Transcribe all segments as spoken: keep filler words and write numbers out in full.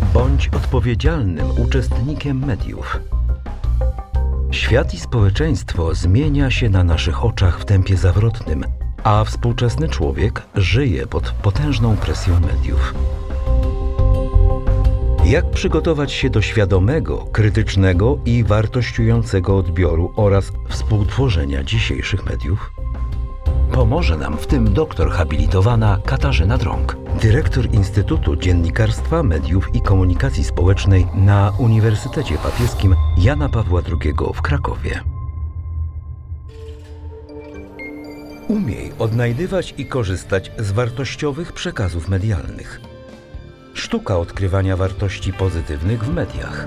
Bądź odpowiedzialnym uczestnikiem mediów. Świat i społeczeństwo zmienia się na naszych oczach w tempie zawrotnym, a współczesny człowiek żyje pod potężną presją mediów. Jak przygotować się do świadomego, krytycznego i wartościującego odbioru oraz współtworzenia dzisiejszych mediów? Pomoże nam w tym doktor habilitowana Katarzyna Drąg, dyrektor Instytutu Dziennikarstwa, Mediów i Komunikacji Społecznej na Uniwersytecie Papieskim Jana Pawła drugiego w Krakowie. Umiej odnajdywać i korzystać z wartościowych przekazów medialnych. Sztuka odkrywania wartości pozytywnych w mediach.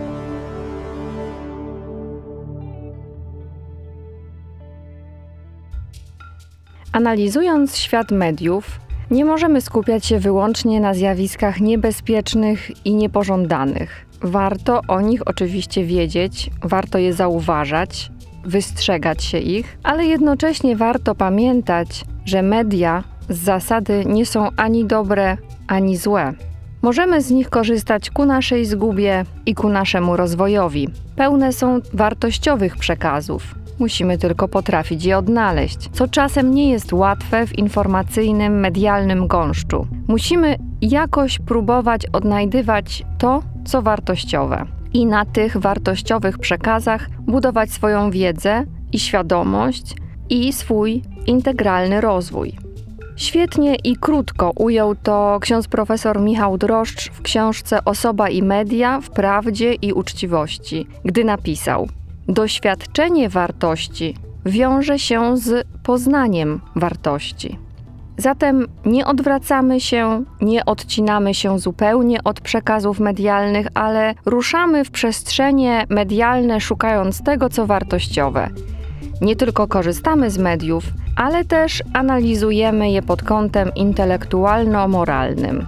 Analizując świat mediów, nie możemy skupiać się wyłącznie na zjawiskach niebezpiecznych i niepożądanych. Warto o nich oczywiście wiedzieć, warto je zauważać, wystrzegać się ich, ale jednocześnie warto pamiętać, że media z zasady nie są ani dobre, ani złe. Możemy z nich korzystać ku naszej zgubie i ku naszemu rozwojowi. Pełne są wartościowych przekazów. Musimy tylko potrafić je odnaleźć, co czasem nie jest łatwe w informacyjnym, medialnym gąszczu. Musimy jakoś próbować odnajdywać to, co wartościowe. I na tych wartościowych przekazach budować swoją wiedzę i świadomość i swój integralny rozwój. Świetnie i krótko ujął to ksiądz profesor Michał Droszcz w książce Osoba i media w prawdzie i uczciwości, gdy napisał: doświadczenie wartości wiąże się z poznaniem wartości. Zatem nie odwracamy się, nie odcinamy się zupełnie od przekazów medialnych, ale ruszamy w przestrzenie medialne, szukając tego, co wartościowe. Nie tylko korzystamy z mediów, ale też analizujemy je pod kątem intelektualno-moralnym.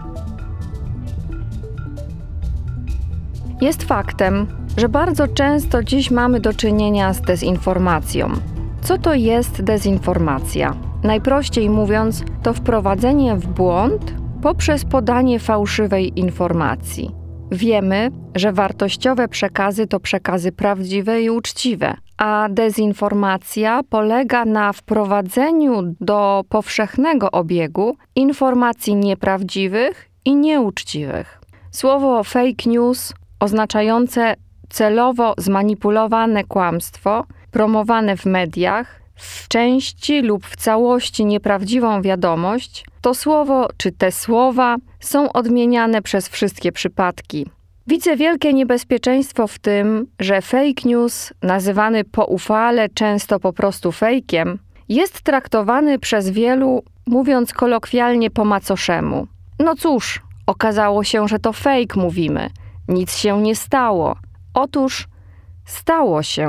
Jest faktem, że bardzo często dziś mamy do czynienia z dezinformacją. Co to jest dezinformacja? Najprościej mówiąc, to wprowadzenie w błąd poprzez podanie fałszywej informacji. Wiemy, że wartościowe przekazy to przekazy prawdziwe i uczciwe, a dezinformacja polega na wprowadzeniu do powszechnego obiegu informacji nieprawdziwych i nieuczciwych. Słowo fake news oznaczające celowo zmanipulowane kłamstwo, promowane w mediach, w części lub w całości nieprawdziwą wiadomość, to słowo czy te słowa są odmieniane przez wszystkie przypadki. Widzę wielkie niebezpieczeństwo w tym, że fake news, nazywany poufale często po prostu fejkiem, jest traktowany przez wielu, mówiąc kolokwialnie, po macoszemu. No cóż, okazało się, że to fake mówimy. Nic się nie stało. Otóż stało się.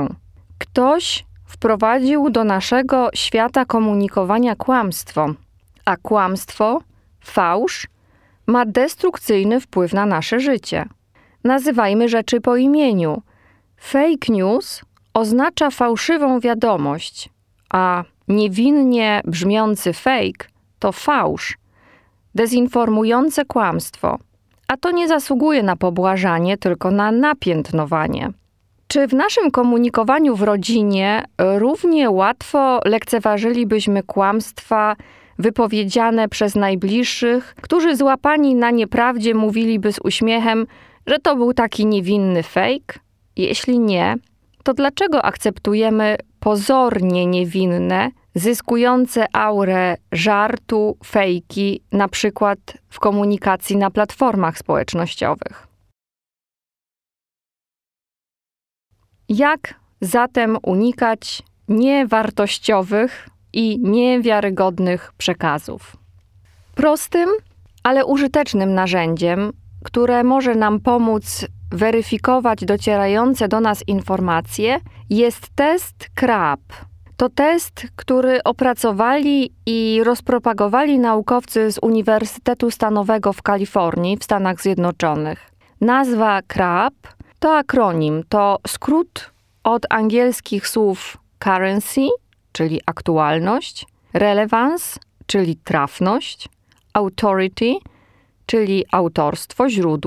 Ktoś wprowadził do naszego świata komunikowania kłamstwo, a kłamstwo, fałsz, ma destrukcyjny wpływ na nasze życie. Nazywajmy rzeczy po imieniu. Fake news oznacza fałszywą wiadomość, a niewinnie brzmiący fake to fałsz, dezinformujące kłamstwo. A to nie zasługuje na pobłażanie, tylko na napiętnowanie. Czy w naszym komunikowaniu w rodzinie równie łatwo lekceważylibyśmy kłamstwa wypowiedziane przez najbliższych, którzy złapani na nieprawdzie mówiliby z uśmiechem, że to był taki niewinny fake? Jeśli nie, to dlaczego akceptujemy pozornie niewinne, zyskujące aurę żartu, fejki, na przykład w komunikacji na platformach społecznościowych? Jak zatem unikać niewartościowych i niewiarygodnych przekazów? Prostym, ale użytecznym narzędziem, które może nam pomóc weryfikować docierające do nas informacje, jest test Kraap. To test, który opracowali i rozpropagowali naukowcy z Uniwersytetu Stanowego w Kalifornii w Stanach Zjednoczonych. Nazwa Kraap to akronim, to skrót od angielskich słów currency, czyli aktualność, relevance, czyli trafność, authority, czyli autorstwo, źródło,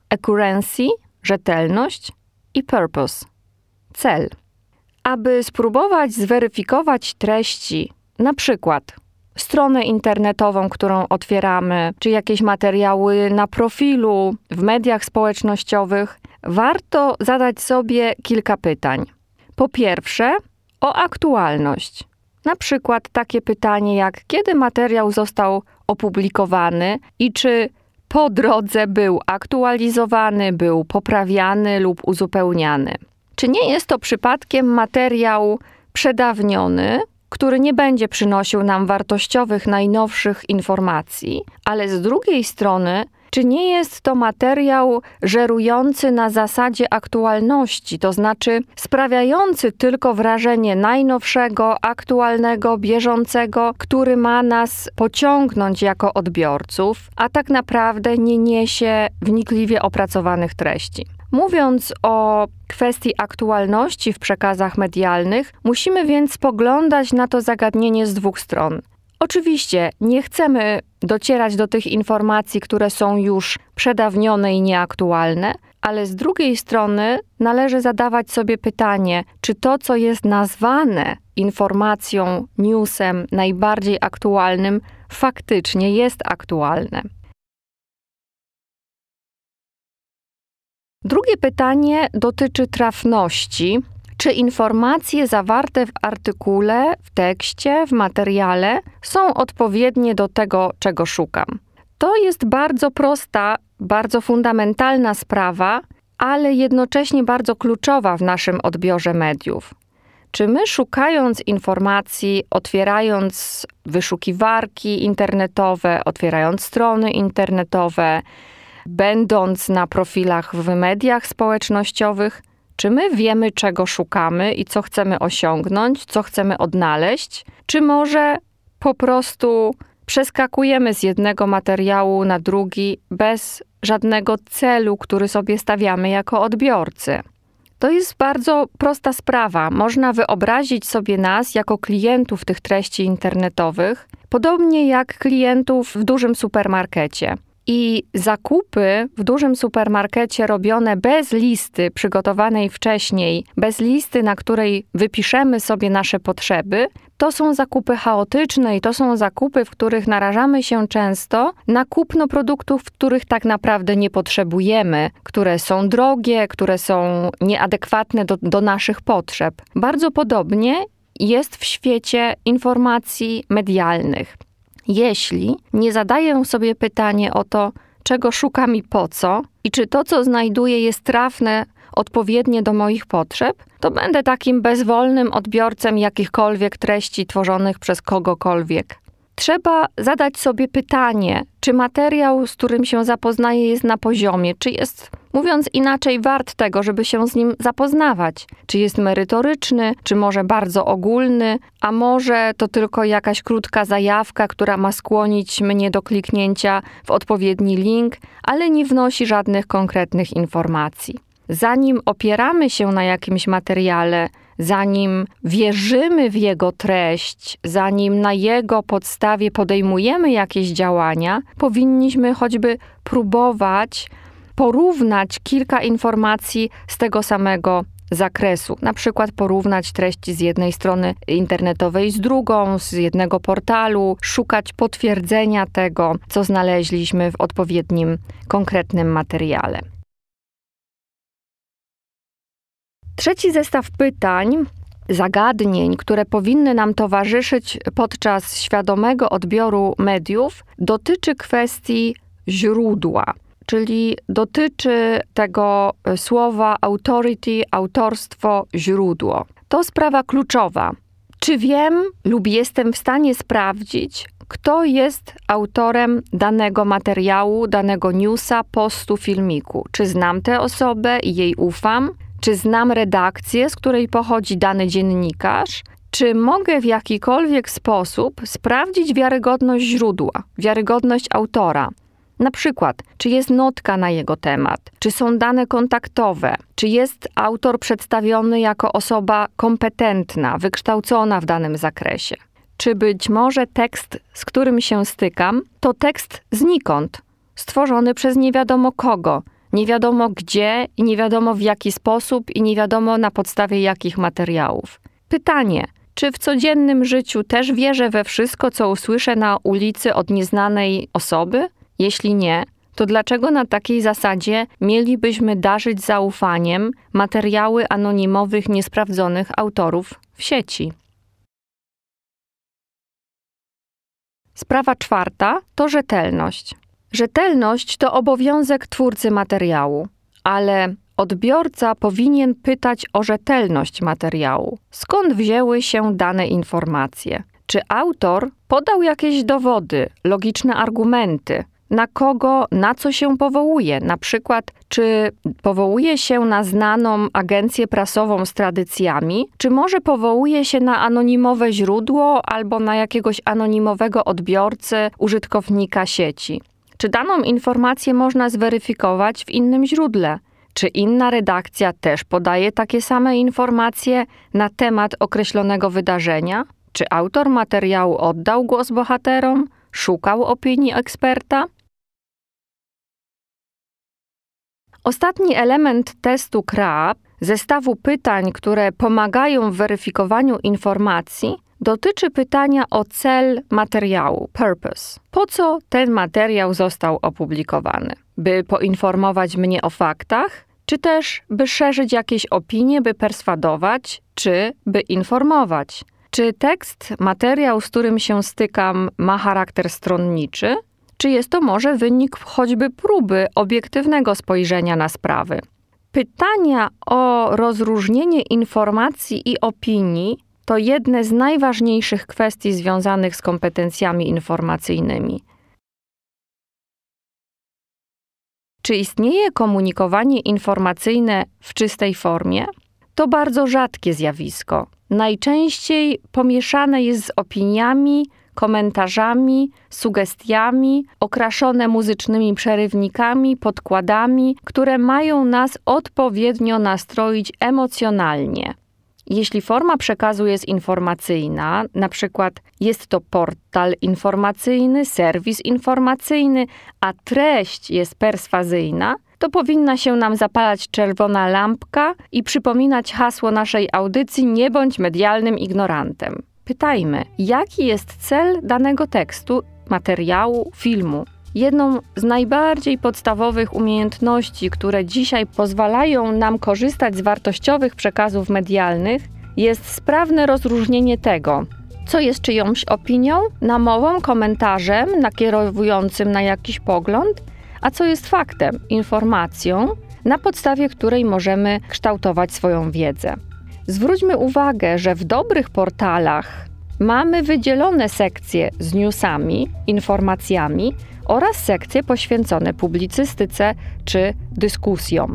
accuracy, rzetelność i purpose, cel. Aby spróbować zweryfikować treści, na przykład stronę internetową, którą otwieramy, czy jakieś materiały na profilu, w mediach społecznościowych, warto zadać sobie kilka pytań. Po pierwsze, o aktualność. Na przykład takie pytanie jak, kiedy materiał został opublikowany i czy po drodze był aktualizowany, był poprawiany lub uzupełniany. Czy nie jest to przypadkiem materiał przedawniony, który nie będzie przynosił nam wartościowych, najnowszych informacji, ale z drugiej strony, czy nie jest to materiał żerujący na zasadzie aktualności, to znaczy sprawiający tylko wrażenie najnowszego, aktualnego, bieżącego, który ma nas pociągnąć jako odbiorców, a tak naprawdę nie niesie wnikliwie opracowanych treści. Mówiąc o kwestii aktualności w przekazach medialnych, musimy więc spoglądać na to zagadnienie z dwóch stron. Oczywiście nie chcemy docierać do tych informacji, które są już przedawnione i nieaktualne, ale z drugiej strony należy zadawać sobie pytanie, czy to, co jest nazwane informacją, newsem najbardziej aktualnym, faktycznie jest aktualne. Drugie pytanie dotyczy trafności. Czy informacje zawarte w artykule, w tekście, w materiale są odpowiednie do tego, czego szukam? To jest bardzo prosta, bardzo fundamentalna sprawa, ale jednocześnie bardzo kluczowa w naszym odbiorze mediów. Czy my, szukając informacji, otwierając wyszukiwarki internetowe, otwierając strony internetowe, będąc na profilach w mediach społecznościowych, czy my wiemy, czego szukamy i co chcemy osiągnąć, co chcemy odnaleźć? Czy może po prostu przeskakujemy z jednego materiału na drugi bez żadnego celu, który sobie stawiamy jako odbiorcy? To jest bardzo prosta sprawa. Można wyobrazić sobie nas jako klientów tych treści internetowych, podobnie jak klientów w dużym supermarkecie. I zakupy w dużym supermarkecie robione bez listy przygotowanej wcześniej, bez listy, na której wypiszemy sobie nasze potrzeby, to są zakupy chaotyczne i to są zakupy, w których narażamy się często na kupno produktów, których tak naprawdę nie potrzebujemy, które są drogie, które są nieadekwatne do, do naszych potrzeb. Bardzo podobnie jest w świecie informacji medialnych. Jeśli nie zadaję sobie pytanie o to, czego szukam i po co, i czy to, co znajduję, jest trafne, odpowiednie do moich potrzeb, to będę takim bezwolnym odbiorcą jakichkolwiek treści tworzonych przez kogokolwiek. Trzeba zadać sobie pytanie, czy materiał, z którym się zapoznaję, jest na poziomie, czy jest, mówiąc inaczej, wart tego, żeby się z nim zapoznawać. Czy jest merytoryczny, czy może bardzo ogólny, a może to tylko jakaś krótka zajawka, która ma skłonić mnie do kliknięcia w odpowiedni link, ale nie wnosi żadnych konkretnych informacji. Zanim opieramy się na jakimś materiale, zanim wierzymy w jego treść, zanim na jego podstawie podejmujemy jakieś działania, powinniśmy choćby próbować porównać kilka informacji z tego samego zakresu. Na przykład porównać treści z jednej strony internetowej z drugą, z jednego portalu, szukać potwierdzenia tego, co znaleźliśmy w odpowiednim, konkretnym materiale. Trzeci zestaw pytań, zagadnień, które powinny nam towarzyszyć podczas świadomego odbioru mediów, dotyczy kwestii źródła, czyli dotyczy tego słowa authority, autorstwo, źródło. To sprawa kluczowa. Czy wiem lub jestem w stanie sprawdzić, kto jest autorem danego materiału, danego newsa, postu, filmiku? Czy znam tę osobę i jej ufam? Czy znam redakcję, z której pochodzi dany dziennikarz? Czy mogę w jakikolwiek sposób sprawdzić wiarygodność źródła, wiarygodność autora? Na przykład, czy jest notka na jego temat? Czy są dane kontaktowe? Czy jest autor przedstawiony jako osoba kompetentna, wykształcona w danym zakresie? Czy być może tekst, z którym się stykam, to tekst znikąd, stworzony przez nie wiadomo kogo, Nie wiadomo gdzie i nie wiadomo w jaki sposób i nie wiadomo na podstawie jakich materiałów. Pytanie, czy w codziennym życiu też wierzę we wszystko, co usłyszę na ulicy od nieznanej osoby? Jeśli nie, to dlaczego na takiej zasadzie mielibyśmy darzyć zaufaniem materiały anonimowych, niesprawdzonych autorów w sieci? Sprawa czwarta to rzetelność. Rzetelność to obowiązek twórcy materiału, ale odbiorca powinien pytać o rzetelność materiału. Skąd wzięły się dane informacje? Czy autor podał jakieś dowody, logiczne argumenty? Na kogo, na co się powołuje? Na przykład, czy powołuje się na znaną agencję prasową z tradycjami, czy może powołuje się na anonimowe źródło albo na jakiegoś anonimowego odbiorcę, użytkownika sieci? Czy daną informację można zweryfikować w innym źródle? Czy inna redakcja też podaje takie same informacje na temat określonego wydarzenia? Czy autor materiału oddał głos bohaterom? Szukał opinii eksperta? Ostatni element testu K R A P, zestawu pytań, które pomagają w weryfikowaniu informacji, dotyczy pytania o cel materiału, purpose. Po co ten materiał został opublikowany? By poinformować mnie o faktach, czy też by szerzyć jakieś opinie, by perswadować, czy by informować? Czy tekst, materiał, z którym się stykam, ma charakter stronniczy? Czy jest to może wynik choćby próby obiektywnego spojrzenia na sprawy? Pytania o rozróżnienie informacji i opinii to jedne z najważniejszych kwestii związanych z kompetencjami informacyjnymi. Czy istnieje komunikowanie informacyjne w czystej formie? To bardzo rzadkie zjawisko. Najczęściej pomieszane jest z opiniami, komentarzami, sugestiami, okraszone muzycznymi przerywnikami, podkładami, które mają nas odpowiednio nastroić emocjonalnie. Jeśli forma przekazu jest informacyjna, na przykład jest to portal informacyjny, serwis informacyjny, a treść jest perswazyjna, to powinna się nam zapalać czerwona lampka i przypominać hasło naszej audycji „Nie bądź medialnym ignorantem”. Pytajmy, jaki jest cel danego tekstu, materiału, filmu. Jedną z najbardziej podstawowych umiejętności, które dzisiaj pozwalają nam korzystać z wartościowych przekazów medialnych, jest sprawne rozróżnienie tego, co jest czyjąś opinią, namową, komentarzem nakierowującym na jakiś pogląd, a co jest faktem, informacją, na podstawie której możemy kształtować swoją wiedzę. Zwróćmy uwagę, że w dobrych portalach mamy wydzielone sekcje z newsami, informacjami oraz sekcje poświęcone publicystyce czy dyskusjom.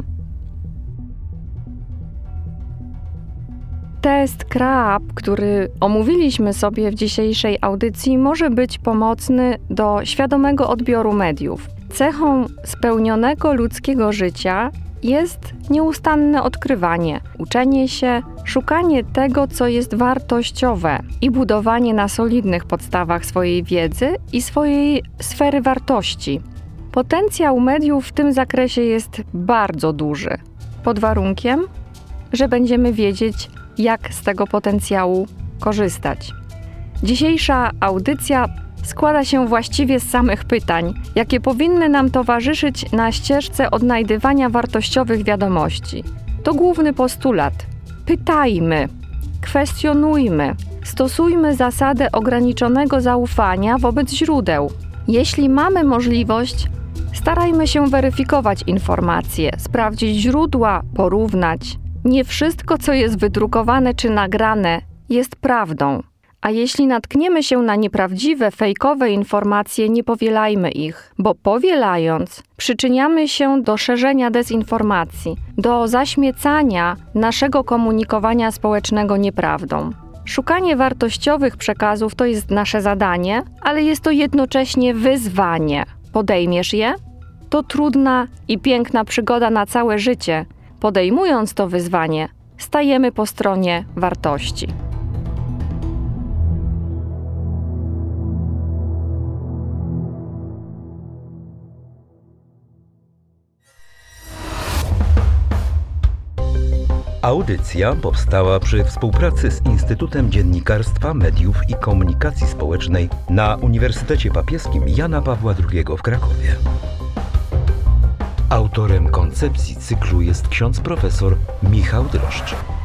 Test K R A P, który omówiliśmy sobie w dzisiejszej audycji, może być pomocny do świadomego odbioru mediów. Cechą spełnionego ludzkiego życia jest nieustanne odkrywanie, uczenie się, szukanie tego, co jest wartościowe i budowanie na solidnych podstawach swojej wiedzy i swojej sfery wartości. Potencjał mediów w tym zakresie jest bardzo duży, pod warunkiem, że będziemy wiedzieć, jak z tego potencjału korzystać. Dzisiejsza audycja składa się właściwie z samych pytań, jakie powinny nam towarzyszyć na ścieżce odnajdywania wartościowych wiadomości. To główny postulat. Pytajmy, kwestionujmy, stosujmy zasadę ograniczonego zaufania wobec źródeł. Jeśli mamy możliwość, starajmy się weryfikować informacje, sprawdzić źródła, porównać. Nie wszystko, co jest wydrukowane czy nagrane, jest prawdą. A jeśli natkniemy się na nieprawdziwe, fejkowe informacje, nie powielajmy ich, bo powielając, przyczyniamy się do szerzenia dezinformacji, do zaśmiecania naszego komunikowania społecznego nieprawdą. Szukanie wartościowych przekazów to jest nasze zadanie, ale jest to jednocześnie wyzwanie. Podejmiesz je? To trudna i piękna przygoda na całe życie. Podejmując to wyzwanie, stajemy po stronie wartości. Audycja powstała przy współpracy z Instytutem Dziennikarstwa, Mediów i Komunikacji Społecznej na Uniwersytecie Papieskim Jana Pawła drugiego w Krakowie. Autorem koncepcji cyklu jest ksiądz profesor Michał Droszcz.